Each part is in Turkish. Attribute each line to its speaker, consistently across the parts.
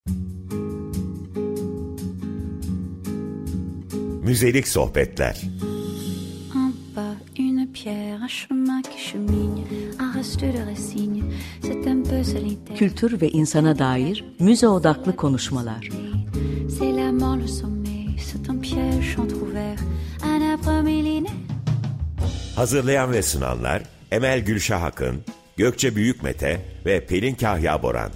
Speaker 1: Müzelik sohbetler.
Speaker 2: En bas une pierre, un chemin qui chemine, un reste de racines, c'est un peu solitaire.
Speaker 3: Kültür ve insana dair müze odaklı konuşmalar.
Speaker 2: C'est la mort, le sommet, c'est un piège entrouvert, un arbre millénaire.
Speaker 1: Hazırlayan ve sunanlar Emel Gülşah Akın, Gökçe Büyükmete ve Pelin Kahya Boran.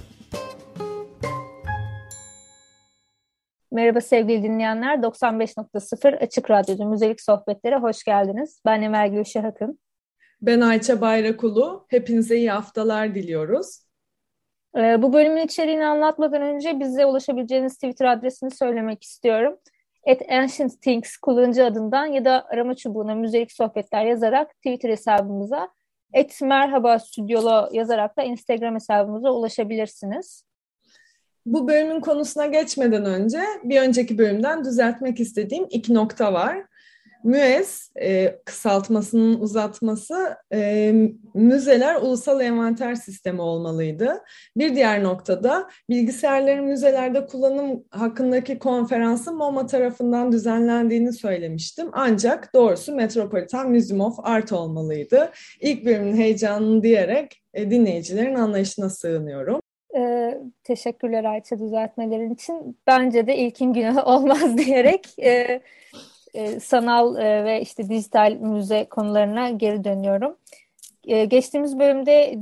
Speaker 4: Merhaba sevgili dinleyenler, 95.0 Açık Radyo'da Müzelik Sohbetlere hoş geldiniz. Ben Emel Gülşah Akın.
Speaker 5: Ben Ayça Bayrakulu. Hepinize iyi haftalar diliyoruz.
Speaker 4: Bu bölümün içeriğini anlatmadan önce bize ulaşabileceğiniz Twitter adresini söylemek istiyorum. @AncientThings kullanıcı adından ya da arama çubuğuna Müzelik Sohbetler yazarak Twitter hesabımıza, @merhabastüdyolo yazarak da Instagram hesabımıza ulaşabilirsiniz.
Speaker 5: Bu bölümün konusuna geçmeden önce bir önceki bölümden düzeltmek istediğim 2 nokta var. MÜEZ, kısaltmasının uzatması, müzeler ulusal envanter sistemi olmalıydı. Bir diğer noktada bilgisayarların müzelerde kullanım hakkındaki konferansın MoMA tarafından düzenlendiğini söylemiştim. Ancak doğrusu Metropolitan Museum of Art olmalıydı. İlk bölümün heyecanını diyerek dinleyicilerin anlayışına sığınıyorum.
Speaker 4: Teşekkürler Ayça düzeltmelerin için. Bence de ilkin günahı olmaz diyerek sanal ve işte dijital müze konularına geri dönüyorum. Geçtiğimiz bölümde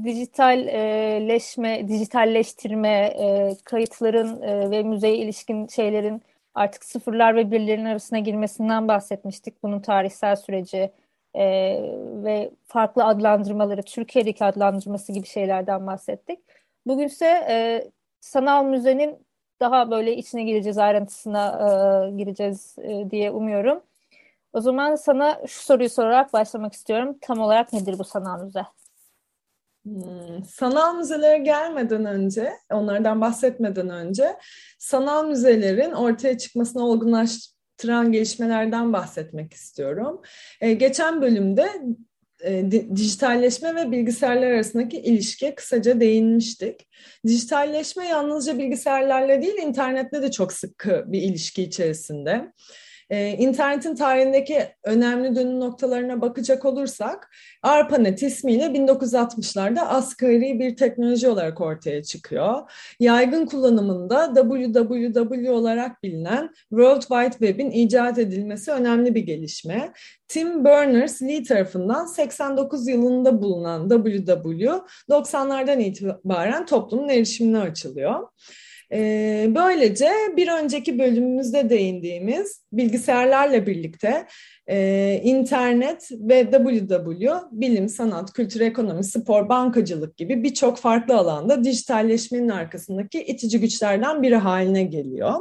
Speaker 4: dijitalleştirme, kayıtların ve müzeye ilişkin şeylerin artık sıfırlar ve birlerin arasına girmesinden bahsetmiştik. Bunun tarihsel süreci ve farklı adlandırmaları, Türkiye'deki adlandırması gibi şeylerden bahsettik. Bugünse sanal müzenin daha böyle içine gireceğiz, ayrıntısına gireceğiz diye umuyorum. O zaman sana şu soruyu sorarak başlamak istiyorum. Tam olarak nedir bu sanal müze?
Speaker 5: Sanal müzelere gelmeden önce, onlardan bahsetmeden önce sanal müzelerin ortaya çıkmasını olgunlaştıran gelişmelerden bahsetmek istiyorum. Geçen bölümde dijitalleşme ve bilgisayarlar arasındaki ilişkiye kısaca değinmiştik. Dijitalleşme yalnızca bilgisayarlarla değil, internetle de çok sıkı bir ilişki içerisinde. İnternetin tarihindeki önemli dönüm noktalarına bakacak olursak, ARPANET ismiyle 1960'larda asgari bir teknoloji olarak ortaya çıkıyor. Yaygın kullanımında www olarak bilinen World Wide Web'in icat edilmesi önemli bir gelişme. Tim Berners-Lee tarafından 89 yılında bulunan www, 90'lardan itibaren toplumun erişimine açılıyor. Böylece bir önceki bölümümüzde değindiğimiz bilgisayarlarla birlikte internet ve WW, bilim, sanat, kültür, ekonomi, spor, bankacılık gibi birçok farklı alanda dijitalleşmenin arkasındaki itici güçlerden biri haline geliyor.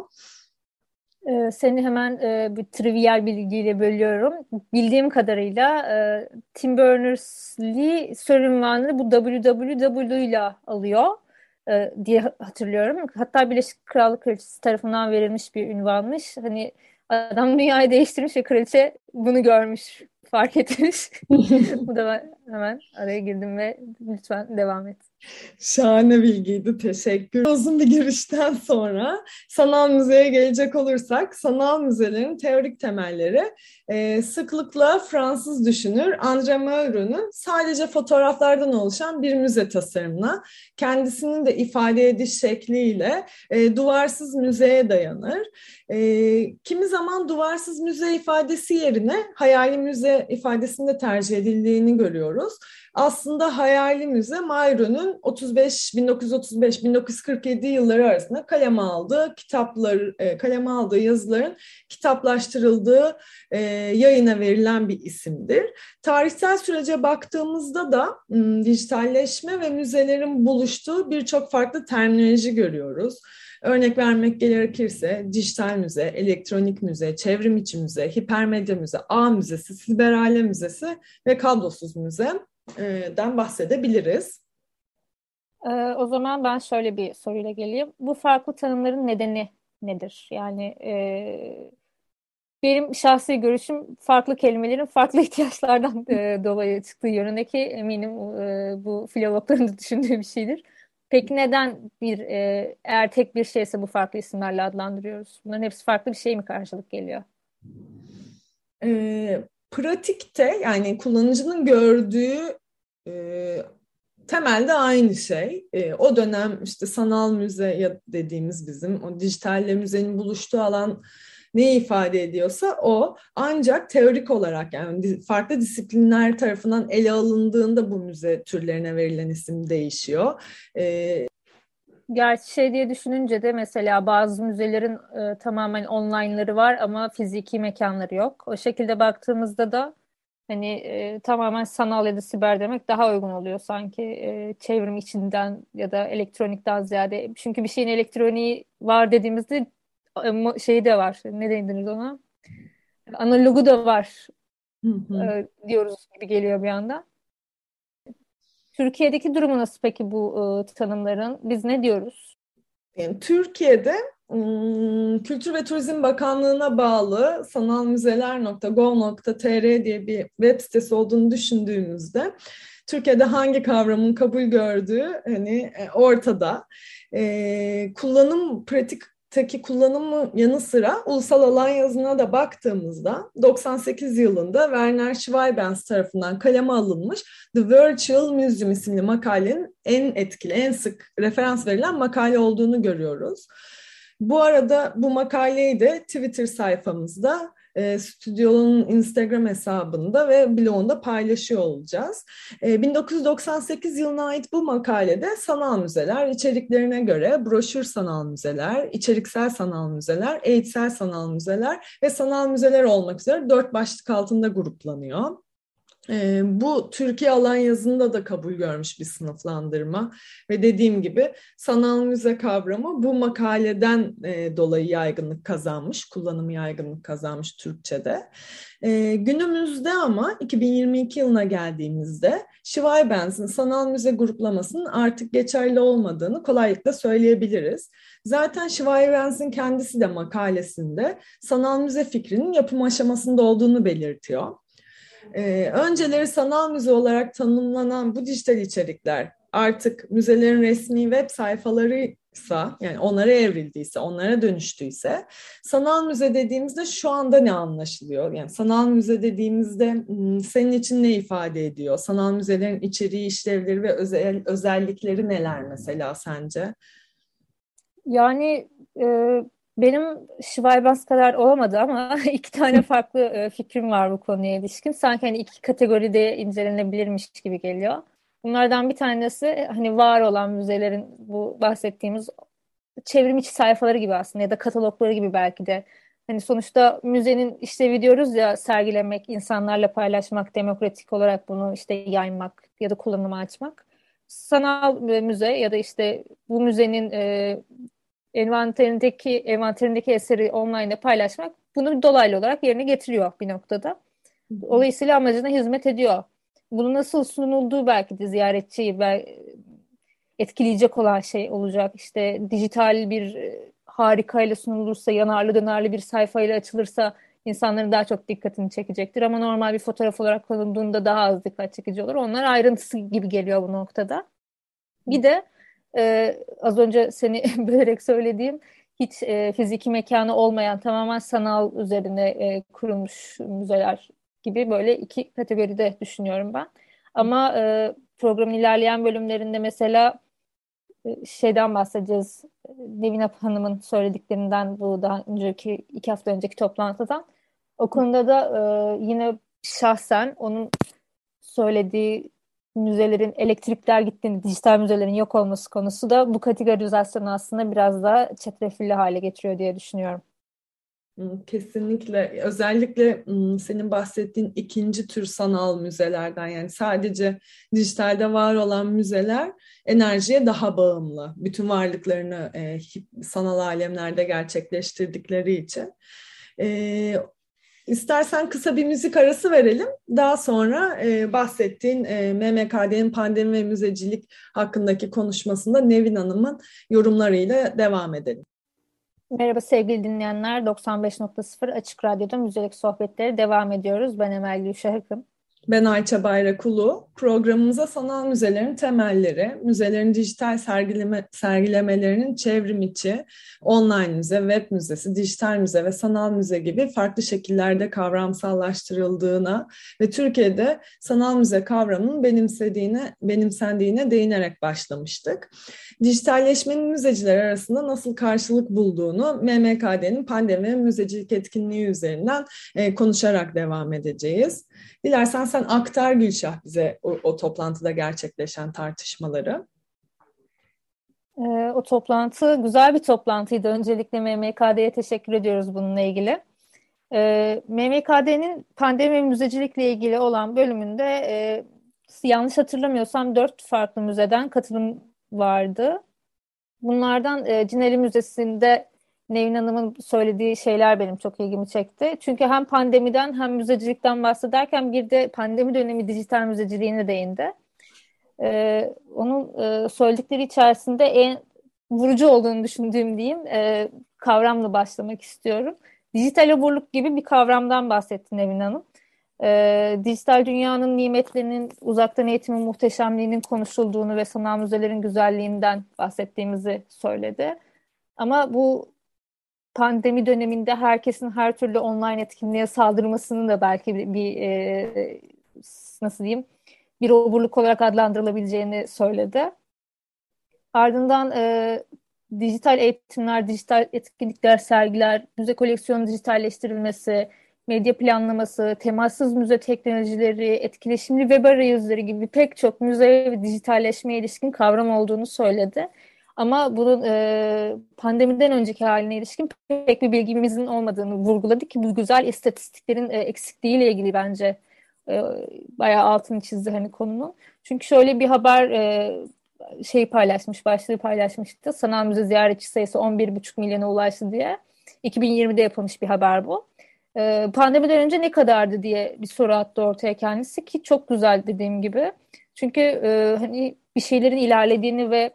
Speaker 4: Seni hemen bir trivial bilgiyle bölüyorum. Bildiğim kadarıyla Tim Berners-Lee ünvanını bu www ile alıyor diye hatırlıyorum. Hatta Birleşik Krallık Kraliçesi tarafından verilmiş bir ünvanmış. Hani adam dünyayı değiştirmiş ve kraliçe bunu görmüş, fark etmiş. Bu da ben hemen araya girdim ve lütfen devam et.
Speaker 5: Şahane bilgiydi, teşekkür. Uzun bir girişten sonra sanal müzeye gelecek olursak, sanal müzelerin teorik temelleri sıklıkla Fransız düşünür André Malraux'un sadece fotoğraflardan oluşan bir müze tasarımına, kendisinin de ifade ediş şekliyle duvarsız müzeye dayanır. Kimi zaman duvarsız müze ifadesi yerine hayali müze ifadesinde tercih edildiğini görüyoruz. Aslında hayali müze Malraux'un 1935-1947 yılları arasında kaleme aldığı yazıların kitaplaştırıldığı, yayına verilen bir isimdir. Tarihsel sürece baktığımızda da dijitalleşme ve müzelerin buluştuğu birçok farklı terminoloji görüyoruz. Örnek vermek gerekirse dijital müze, elektronik müze, çevrim içi müze, hipermedya müze, ağ müzesi, siber alem müzesi ve kablosuz müzeden bahsedebiliriz.
Speaker 4: O zaman ben şöyle bir soruyla geleyim. Bu farklı tanımların nedeni nedir? Yani benim şahsi görüşüm farklı kelimelerin farklı ihtiyaçlardan dolayı çıktığı yönündeki, eminim bu filologların da düşündüğü bir şeydir. Peki neden eğer tek bir şeyse bu farklı isimlerle adlandırıyoruz? Bunların hepsi farklı bir şey mi karşılık geliyor?
Speaker 5: Pratikte yani kullanıcının gördüğü e, temelde aynı şey. O dönem işte sanal müze ya dediğimiz bizim o dijitalle müzenin buluştuğu alan ne ifade ediyorsa o, ancak teorik olarak yani farklı disiplinler tarafından ele alındığında bu müze türlerine verilen isim değişiyor.
Speaker 4: Gerçi şey diye düşününce de mesela bazı müzelerin tamamen online'ları var ama fiziki mekanları yok. O şekilde baktığımızda da hani tamamen sanal ya da siber demek daha uygun oluyor sanki, çevrim içinden ya da elektronikten ziyade. Çünkü bir şeyin elektroniği var dediğimizde şeyi de var. Ne denir ona? Analogu da var
Speaker 5: Hı hı.
Speaker 4: diyoruz gibi geliyor bir anda. Türkiye'deki durumu nasıl peki bu tanımların? Biz ne diyoruz?
Speaker 5: Yani Türkiye'de Kültür ve Turizm Bakanlığı'na bağlı sanalmüzeler.gov.tr diye bir web sitesi olduğunu düşündüğümüzde Türkiye'de hangi kavramın kabul gördüğü hani ortada. Pratikteki kullanımı yanı sıra ulusal alan yazına da baktığımızda 98 yılında Werner Schweibens tarafından kaleme alınmış The Virtual Museum isimli makalenin en etkili, en sık referans verilen makale olduğunu görüyoruz. Bu arada bu makaleyi de Twitter sayfamızda, stüdyonun Instagram hesabında ve blogunda paylaşıyor olacağız. 1998 yılına ait bu makalede sanal müzeler içeriklerine göre broşür sanal müzeler, içeriksel sanal müzeler, eğitsel sanal müzeler ve sanal müzeler olmak üzere 4 başlık altında gruplanıyor. Bu Türkiye alan yazında da kabul görmüş bir sınıflandırma ve dediğim gibi sanal müze kavramı bu makaleden dolayı yaygınlık kazanmış, kullanımı yaygınlık kazanmış Türkçe'de. Günümüzde ama 2022 yılına geldiğimizde Schweibens'in sanal müze gruplamasının artık geçerli olmadığını kolaylıkla söyleyebiliriz. Zaten Schweibens'in kendisi de makalesinde sanal müze fikrinin yapım aşamasında olduğunu belirtiyor. Önceleri sanal müze olarak tanımlanan bu dijital içerikler artık müzelerin resmi web sayfalarıysa, yani onlara evrildiyse, onlara dönüştüyse, sanal müze dediğimizde şu anda ne anlaşılıyor? Yani sanal müze dediğimizde senin için ne ifade ediyor? Sanal müzelerin içeriği, işlevleri ve özellikleri neler mesela sence?
Speaker 4: Yani benim Schweibens kadar olamadı ama iki tane farklı fikrim var bu konuya ilişkin. Sanki hani iki kategoride incelenebilirmiş gibi geliyor. Bunlardan bir tanesi hani var olan müzelerin bu bahsettiğimiz çevrim içi sayfaları gibi aslında ya da katalogları gibi belki de. Hani sonuçta müzenin işlevi diyoruz ya, sergilemek, insanlarla paylaşmak, demokratik olarak bunu işte yaymak ya da kullanıma açmak. Sanal müze ya da işte bu müzenin envanterindeki eseri online'da paylaşmak bunu dolaylı olarak yerine getiriyor bir noktada. Dolayısıyla amacına hizmet ediyor. Bunu nasıl sunulduğu belki de ziyaretçiyi etkileyecek olan şey olacak. İşte dijital bir harikayla sunulursa, yanarlı dönerli bir sayfayla açılırsa insanların daha çok dikkatini çekecektir. Ama normal bir fotoğraf olarak konulduğunda daha az dikkat çekici olur. Onlar ayrıntısı gibi geliyor bu noktada. Bir de az önce seni bölerek söylediğim hiç fiziki mekanı olmayan tamamen sanal üzerine kurulmuş müzeler gibi böyle iki kategoride düşünüyorum ben. Ama programın ilerleyen bölümlerinde mesela şeyden bahsedeceğiz. Nevin Hanım'ın söylediklerinden, bu daha önceki 2 hafta önceki toplantıdan. O konuda da yine şahsen onun söylediği müzelerin elektrikler gittiğini, dijital müzelerin yok olması konusu da bu kategorizasyonu aslında biraz daha çetrefilli hale getiriyor diye düşünüyorum.
Speaker 5: Kesinlikle. Özellikle senin bahsettiğin ikinci tür sanal müzelerden, yani sadece dijitalde var olan müzeler enerjiye daha bağımlı. Bütün varlıklarını sanal alemlerde gerçekleştirdikleri için. İstersen kısa bir müzik arası verelim. Daha sonra bahsettiğin MMKD'nin pandemi ve müzecilik hakkındaki konuşmasında Nevin Hanım'ın yorumlarıyla devam edelim.
Speaker 4: Merhaba sevgili dinleyenler, 95.0 Açık Radyo'da Müzelik Sohbetleri devam ediyoruz. Ben Emel Gülşah Akın.
Speaker 5: Ben Ayça Bayrakulu. Programımıza sanal müzelerin temelleri, müzelerin dijital sergilemelerinin çevrim içi, online müze, web müzesi, dijital müze ve sanal müze gibi farklı şekillerde kavramsallaştırıldığına ve Türkiye'de sanal müze kavramının benimsendiğine değinerek başlamıştık. Dijitalleşmenin müzeciler arasında nasıl karşılık bulduğunu MMKD'nin pandemi ve müzecilik etkinliği üzerinden konuşarak devam edeceğiz. Dilersen sen aktar Gülşah bize o toplantıda gerçekleşen tartışmaları.
Speaker 4: O toplantı güzel bir toplantıydı. Öncelikle MMKD'ye teşekkür ediyoruz bununla ilgili. MMKD'nin pandemi ve müzecilikle ilgili olan bölümünde yanlış hatırlamıyorsam 4 farklı müzeden katılım vardı. Bunlardan Cinali Müzesi'nde Nevin Hanım'ın söylediği şeyler benim çok ilgimi çekti. Çünkü hem pandemiden hem müzecilikten bahsederken bir de pandemi dönemi dijital müzeciliğine değindi. Onun söyledikleri içerisinde en vurucu olduğunu düşündüğüm diyeyim kavramla başlamak istiyorum. Dijital oburluk gibi bir kavramdan bahsetti Nevin Hanım. Dijital dünyanın nimetlerinin, uzaktan eğitimin muhteşemliğinin konuşulduğunu ve sanal müzelerin güzelliğinden bahsettiğimizi söyledi. Ama bu pandemi döneminde herkesin her türlü online etkinliğe saldırmasının da belki nasıl diyeyim, bir oburluk olarak adlandırılabileceğini söyledi. Ardından dijital eğitimler, dijital etkinlikler, sergiler, müze koleksiyonu dijitalleştirilmesi, medya planlaması, temassız müze teknolojileri, etkileşimli web arayüzleri gibi pek çok müze ve dijitalleşmeye ilişkin kavram olduğunu söyledi. Ama bunun pandemiden önceki haline ilişkin pek bir bilgimizin olmadığını vurguladı ki bu güzel istatistiklerin eksikliğiyle ilgili bence bayağı altını çizdi hani konunun. Çünkü şöyle bir haber başlığı paylaşmıştı. Sanal müze ziyaretçi sayısı 11,5 milyona ulaştı diye. 2020'de yapılmış bir haber bu. Pandemiden önce ne kadardı diye bir soru attı ortaya kendisi ki çok güzel dediğim gibi. Çünkü hani bir şeylerin ilerlediğini ve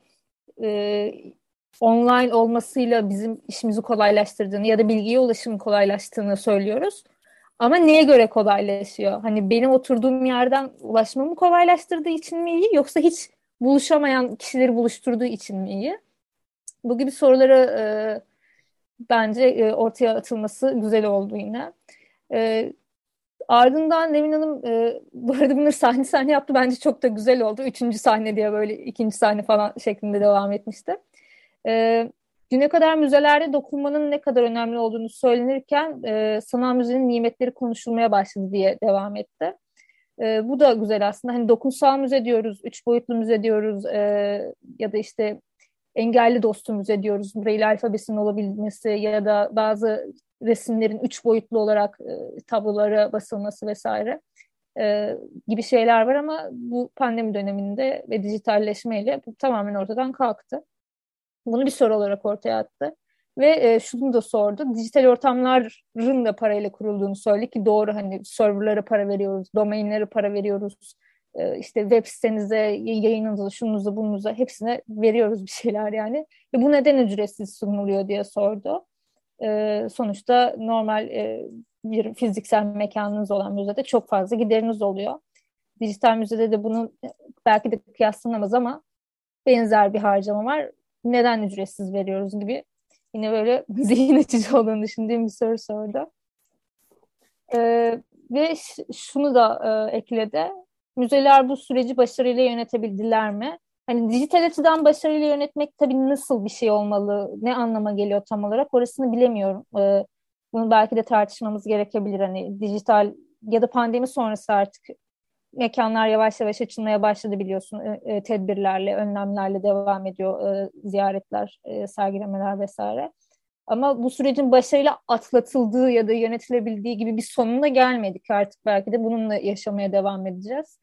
Speaker 4: online olmasıyla bizim işimizi kolaylaştırdığını ya da bilgiye ulaşımın kolaylaştığını söylüyoruz. Ama neye göre kolaylaşıyor? Hani benim oturduğum yerden ulaşmamı kolaylaştırdığı için mi iyi yoksa hiç buluşamayan kişileri buluşturduğu için mi iyi? Bu gibi soruları bence ortaya atılması güzel oldu yine. Ardından Nevin Hanım bu arada bunları sahne sahne yaptı. Bence çok da güzel oldu. 3. sahne diye böyle 2. sahne falan şeklinde devam etmişti. Düne kadar müzelerde dokunmanın ne kadar önemli olduğunu söylenirken sanal müzenin nimetleri konuşulmaya başladı diye devam etti. Bu da güzel aslında. Hani dokunsal müze diyoruz, 3 boyutlu müze diyoruz ya da işte engelli dostu müze diyoruz. Braille alfabesinin olabilmesi ya da bazı resimlerin 3 boyutlu olarak tablolara basılması vesaire gibi şeyler var ama bu pandemi döneminde ve dijitalleşmeyle bu tamamen ortadan kalktı. Bunu bir soru olarak ortaya attı. Ve şunu da sordu. Dijital ortamların da parayla kurulduğunu söyledi ki doğru, hani serverlara para veriyoruz, domainlere para veriyoruz. İşte web sitenize, yayınınıza, şununuza, bununuza hepsine veriyoruz bir şeyler yani. Ve bu neden ücretsiz sunuluyor diye sordu. Sonuçta normal bir fiziksel mekanınız olan müzede çok fazla gideriniz oluyor. Dijital müzede de bunun belki de kıyaslanamaz ama benzer bir harcama var. Neden ücretsiz veriyoruz gibi yine böyle zihin açıcı olduğunu düşündüğüm bir soru sordu. Ve şunu da ekledi. Müzeler bu süreci başarıyla yönetebildiler mi? Hani dijital açıdan başarıyla yönetmek tabii nasıl bir şey olmalı, ne anlama geliyor tam olarak orasını bilemiyorum. Bunu belki de tartışmamız gerekebilir. Hani dijital ya da pandemi sonrası artık mekanlar yavaş yavaş açılmaya başladı biliyorsun. Tedbirlerle, önlemlerle devam ediyor ziyaretler, sergilemeler vesaire. Ama bu sürecin başarıyla atlatıldığı ya da yönetilebildiği gibi bir sonuna gelmedik artık. Belki de bununla yaşamaya devam edeceğiz.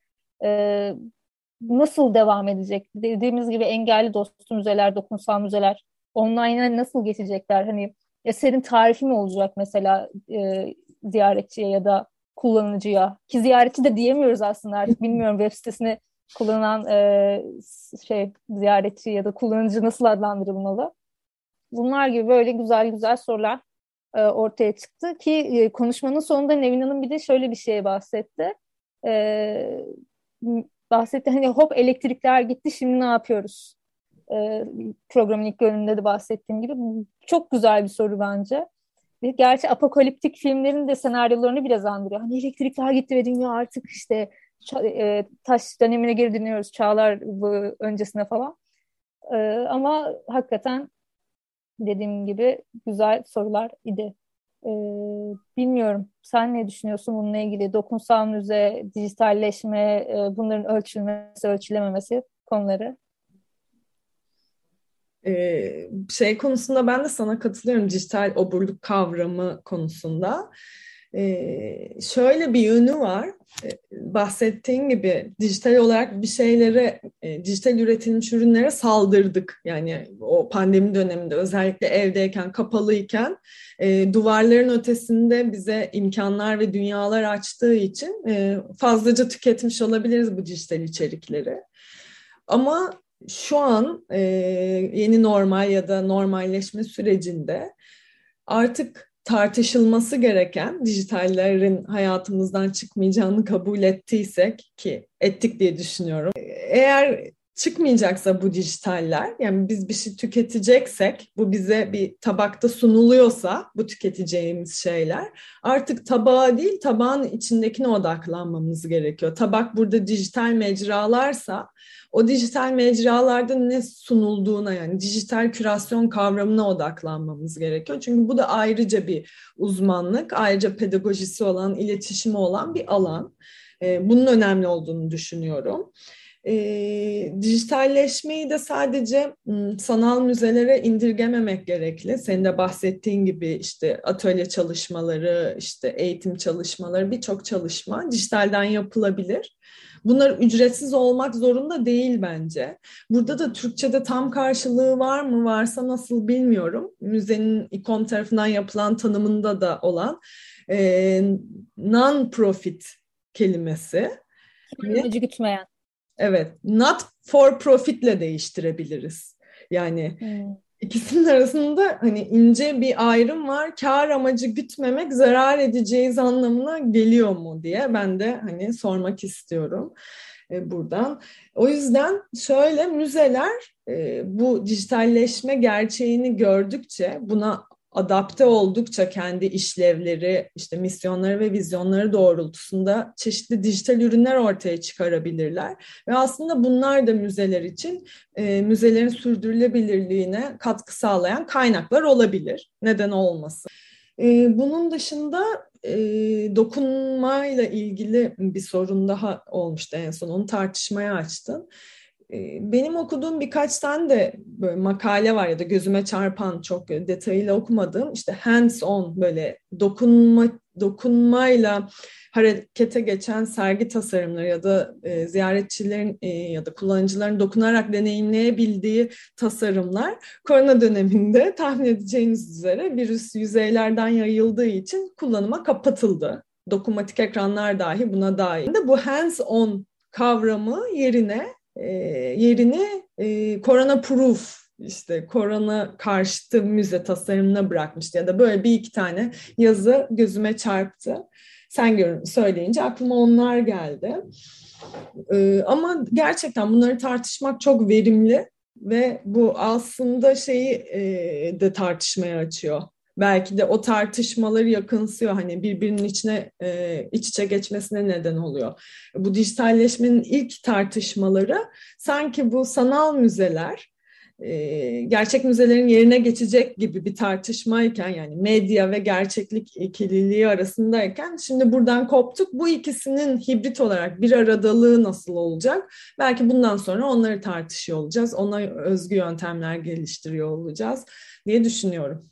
Speaker 4: Nasıl devam edecek? Dediğimiz gibi engelli dostu müzeler, dokunsal müzeler online'a nasıl geçecekler? Hani eserin tarifi mi olacak mesela ziyaretçiye ya da kullanıcıya? Ki ziyaretçi de diyemiyoruz aslında artık. Bilmiyorum web sitesini kullanan ziyaretçi ya da kullanıcı nasıl adlandırılmalı? Bunlar gibi böyle güzel güzel sorular ortaya çıktı ki konuşmanın sonunda Nevin Hanım bir de şöyle bir şeye bahsetti. e, bahsetti. Hani hop elektrikler gitti, şimdi ne yapıyoruz? Programın ilk bölümünde de bahsettiğim gibi çok güzel bir soru bence. Ve gerçi apokaliptik filmlerin de senaryolarını biraz andırıyor. Hani elektrikler gitti ve dünya artık işte taş dönemine geri dönüyoruz, çağlar bu öncesine falan. Ama hakikaten dediğim gibi güzel sorular idi. Ee, Bilmiyorum. Sen ne düşünüyorsun bununla ilgili? Dokunsal müze, dijitalleşme, bunların ölçülmesi, ölçülememesi konuları.
Speaker 5: Şey konusunda ben de sana katılıyorum, dijital oburluk kavramı konusunda. Şöyle bir yönü var. Bahsettiğin gibi dijital olarak bir şeylere, dijital üretilmiş ürünlere saldırdık. Yani o pandemi döneminde özellikle evdeyken, kapalıyken duvarların ötesinde bize imkanlar ve dünyalar açtığı için fazlaca tüketmiş olabiliriz bu dijital içerikleri. Ama şu an yeni normal ya da normalleşme sürecinde artık tartışılması gereken, dijitallerin hayatımızdan çıkmayacağını kabul ettiysek, ki ettik diye düşünüyorum. Eğer çıkmayacaksa bu dijitaller, yani biz bir şey tüketeceksek, bu bize bir tabakta sunuluyorsa bu tüketeceğimiz şeyler, artık tabağa değil tabağın içindekine odaklanmamız gerekiyor. Tabak burada dijital mecralarsa o dijital mecralarda ne sunulduğuna, yani dijital kürasyon kavramına odaklanmamız gerekiyor. Çünkü bu da ayrıca bir uzmanlık, ayrıca pedagojisi olan, iletişimi olan bir alan. Bunun önemli olduğunu düşünüyorum. Dijitalleşmeyi de sadece sanal müzelere indirgememek gerekli. Senin de bahsettiğin gibi işte atölye çalışmaları, işte eğitim çalışmaları, birçok çalışma dijitalden yapılabilir. Bunlar ücretsiz olmak zorunda değil bence. Burada da Türkçe'de tam karşılığı var mı? Varsa nasıl bilmiyorum. Müzenin İKOM tarafından yapılan tanımında da olan non-profit kelimesi.
Speaker 4: Amacı gütmeyen.
Speaker 5: Evet, not for profit'le değiştirebiliriz. Yani
Speaker 4: Hmm.
Speaker 5: ikisinin arasında hani ince bir ayrım var. Kar amacı gütmemek zarar edeceğiz anlamına geliyor mu diye ben de hani sormak istiyorum buradan. O yüzden şöyle, müzeler bu dijitalleşme gerçeğini gördükçe, buna adapte oldukça kendi işlevleri, işte misyonları ve vizyonları doğrultusunda çeşitli dijital ürünler ortaya çıkarabilirler. Ve aslında bunlar da müzeler için müzelerin sürdürülebilirliğine katkı sağlayan kaynaklar olabilir. Neden olmasın? Bunun dışında dokunmayla ilgili bir sorun daha olmuştu en son. Onu tartışmaya açtım. Benim okuduğum birkaç tane de böyle makale var ya da gözüme çarpan, çok detayıyla okumadığım, işte hands on, böyle dokunmayla harekete geçen sergi tasarımları ya da ziyaretçilerin ya da kullanıcıların dokunarak deneyimleyebildiği tasarımlar korona döneminde tahmin edeceğiniz üzere virüs yüzeylerden yayıldığı için kullanıma kapatıldı. Dokunmatik ekranlar dahi buna dahil. Bu hands on kavramı yerini korona proof, işte korona karşıtı müze tasarımına bırakmıştı ya da böyle bir iki tane yazı gözüme çarptı. Sen söyleyince aklıma onlar geldi. Ama gerçekten bunları tartışmak çok verimli ve bu aslında şeyi de tartışmaya açıyor. Belki de o tartışmaları yakınsıyor, hani birbirinin içine iç içe geçmesine neden oluyor. Bu dijitalleşmenin ilk tartışmaları sanki bu sanal müzeler gerçek müzelerin yerine geçecek gibi bir tartışmayken, yani medya ve gerçeklik ikililiği arasındayken, şimdi buradan koptuk. Bu ikisinin hibrit olarak bir aradalığı nasıl olacak? Belki bundan sonra onları tartışıyor olacağız. Ona özgü yöntemler geliştiriyor olacağız diye düşünüyorum.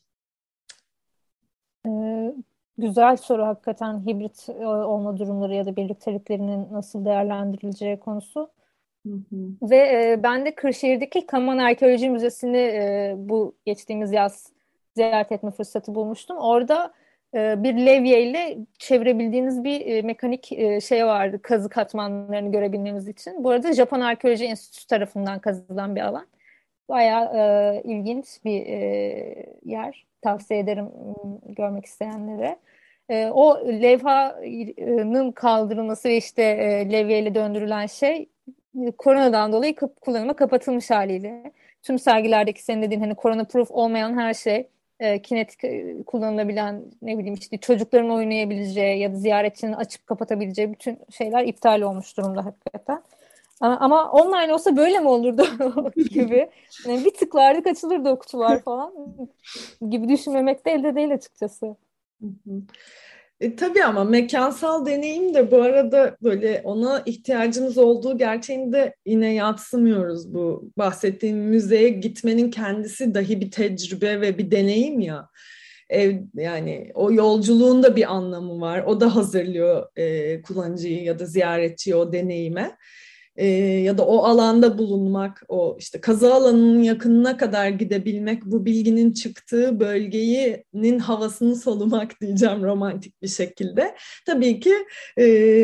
Speaker 4: Güzel soru hakikaten, hibrit olma durumları ya da birlikteliklerinin nasıl değerlendirileceği konusu.
Speaker 5: Hı hı.
Speaker 4: Ve ben de Kırşehir'deki Kaman Arkeoloji Müzesi'ni bu geçtiğimiz yaz ziyaret etme fırsatı bulmuştum. Orada bir levyeyle çevirebildiğiniz bir mekanik şey vardı, kazı katmanlarını görebilmemiz için. Bu arada Japon Arkeoloji Enstitüsü tarafından kazılan bir alan. Bayağı ilginç bir yer. Tavsiye ederim görmek isteyenlere. O levhanın kaldırılması ve işte levyeyle döndürülen şey koronadan dolayı kullanıma kapatılmış haliyle. Tüm sergilerdeki senin dediğin hani korona proof olmayan her şey, kinetik kullanılabilen, ne bileyim işte çocukların oynayabileceği ya da ziyaretçinin açıp kapatabileceği bütün şeyler iptal olmuş durumda hakikaten. Ama online olsa böyle mi olurdu gibi. Yani bir tıklardık açılırdı o kutular falan gibi düşünmemek de elde değil açıkçası.
Speaker 5: Hı hı. Tabii ama mekansal deneyim de bu arada böyle ona ihtiyacımız olduğu gerçeğini de yine yadsımıyoruz. Bu bahsettiğim müzeye gitmenin kendisi dahi bir tecrübe ve bir deneyim ya. Yani o yolculuğun da bir anlamı var. O da hazırlıyor kullanıcıyı ya da ziyaretçiyi o deneyime. Ya da o alanda bulunmak, o işte kazı alanının yakınına kadar gidebilmek, bu bilginin çıktığı bölgenin havasını solumak diyeceğim romantik bir şekilde. Tabii ki e,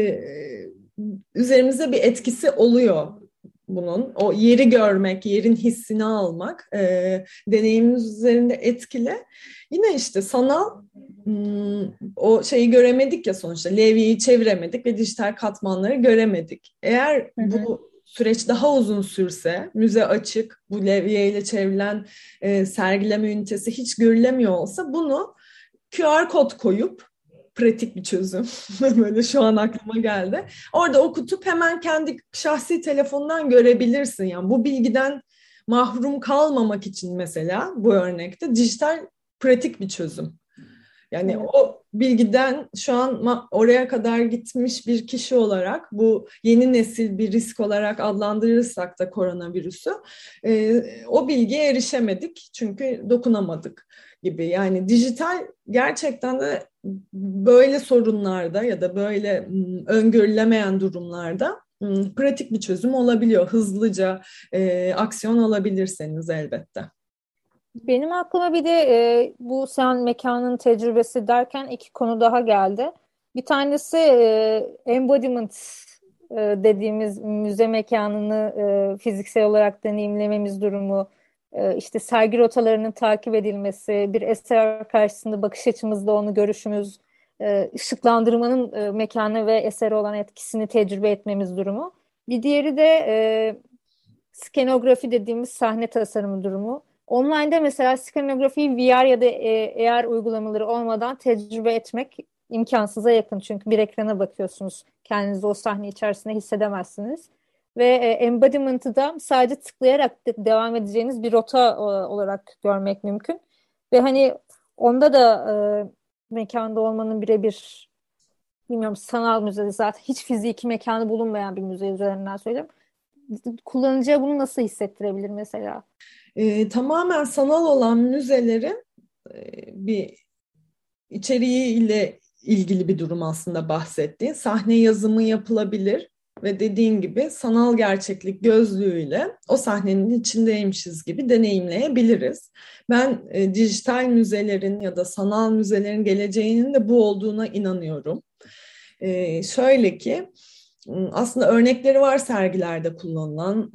Speaker 5: üzerimize bir etkisi oluyor bunun. O yeri görmek, yerin hissini almak deneyimimiz üzerinde etkili. Yine işte sanal o şeyi göremedik ya sonuçta. Levyeyi çeviremedik ve dijital katmanları göremedik. Eğer
Speaker 4: Hı hı.
Speaker 5: bu süreç daha uzun sürse, müze açık, bu levyeyle çevrilen sergileme ünitesi hiç görülemiyor olsa bunu QR kod koyup pratik bir çözüm. Böyle şu an aklıma geldi. Orada okutup hemen kendi şahsi telefondan görebilirsin. Yani bu bilgiden mahrum kalmamak için mesela bu örnekte dijital pratik bir çözüm. Yani
Speaker 4: Evet.
Speaker 5: o bilgiden şu an oraya kadar gitmiş bir kişi olarak bu yeni nesil bir risk olarak adlandırırsak da koronavirüsü o bilgiye erişemedik çünkü dokunamadık gibi. Yani dijital gerçekten de böyle sorunlarda ya da böyle öngörülemeyen durumlarda pratik bir çözüm olabiliyor. Hızlıca aksiyon alabilirseniz elbette.
Speaker 4: Benim aklıma bir de bu sen mekanın tecrübesi derken iki konu daha geldi. Bir tanesi embodiment dediğimiz müze mekanını fiziksel olarak deneyimlememiz durumu, işte sergi rotalarının takip edilmesi, bir eser karşısında bakış açımızda onu görüşümüz, ışıklandırmanın mekanı ve esere olan etkisini tecrübe etmemiz durumu. Bir diğeri de skenografi dediğimiz sahne tasarımı durumu. Online'da mesela skenografiyi VR ya da AR uygulamaları olmadan tecrübe etmek imkansıza yakın. Çünkü bir ekrana bakıyorsunuz. Kendinizi o sahne içerisinde hissedemezsiniz. Ve embodiment'ı da sadece tıklayarak devam edeceğiniz bir rota olarak görmek mümkün. Ve hani onda da mekanda olmanın birebir, bilmiyorum, sanal müzede zaten hiç fiziki mekanı bulunmayan bir müze üzerinden söyleyeyim. Kullanıcıya bunu nasıl hissettirebilir mesela?
Speaker 5: Tamamen sanal olan müzelerin bir içeriğiyle ilgili bir durum aslında bahsettiğin. Sahne yazımı yapılabilir ve dediğin gibi sanal gerçeklik gözlüğüyle o sahnenin içindeymişiz gibi deneyimleyebiliriz. Ben dijital müzelerin ya da sanal müzelerin geleceğinin de bu olduğuna inanıyorum. Şöyle ki aslında örnekleri var sergilerde kullanılan.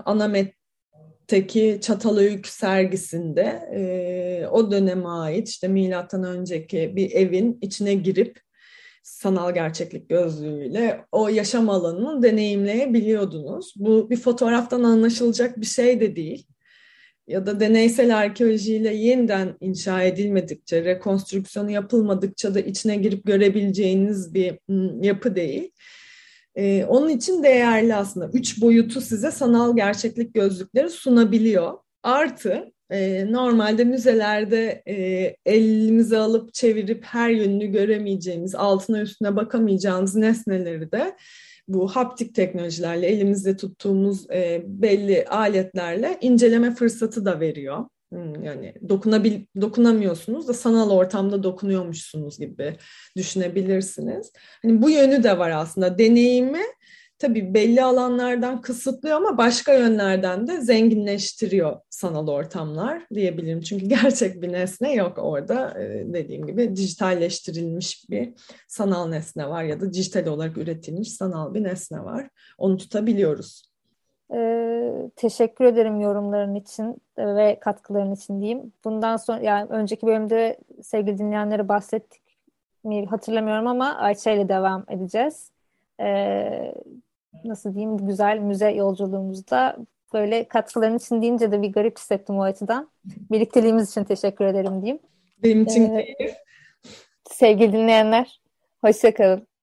Speaker 5: Anamet'teki Çatalhöyük sergisinde o döneme ait işte milattan önceki bir evin içine girip sanal gerçeklik gözlüğüyle o yaşam alanını deneyimleyebiliyordunuz. Bu bir fotoğraftan anlaşılacak bir şey de değil. Ya da deneysel arkeolojiyle yeniden inşa edilmedikçe, rekonstrüksiyonu yapılmadıkça da içine girip görebileceğiniz bir yapı değil. Onun için değerli aslında. 3 boyutu size sanal gerçeklik gözlükleri sunabiliyor. Artı normalde müzelerde elimize alıp çevirip her yönünü göremeyeceğimiz, altına üstüne bakamayacağımız nesneleri de bu haptik teknolojilerle elimizde tuttuğumuz belli aletlerle inceleme fırsatı da veriyor. Yani dokunamıyorsunuz da sanal ortamda dokunuyormuşsunuz gibi düşünebilirsiniz. Hani bu yönü de var aslında. Deneyimi tabii belli alanlardan kısıtlıyor ama başka yönlerden de zenginleştiriyor sanal ortamlar diyebilirim. Çünkü gerçek bir nesne yok orada. Dediğim gibi dijitalleştirilmiş bir sanal nesne var ya da dijital olarak üretilmiş sanal bir nesne var. Onu tutabiliyoruz.
Speaker 4: Teşekkür ederim yorumların için ve katkıların için diyeyim. Bundan sonra, yani önceki bölümde sevgili dinleyenlere bahsettik. mi hatırlamıyorum ama Ayça ile devam edeceğiz. Nasıl diyeyim, bu güzel müze yolculuğumuzda böyle katkıların için deyince de bir garip hissettim o açıdan. Birlikteliğimiz için teşekkür ederim diyeyim.
Speaker 5: Benim için keyif.
Speaker 4: Sevgili dinleyenler, hoşça kalın.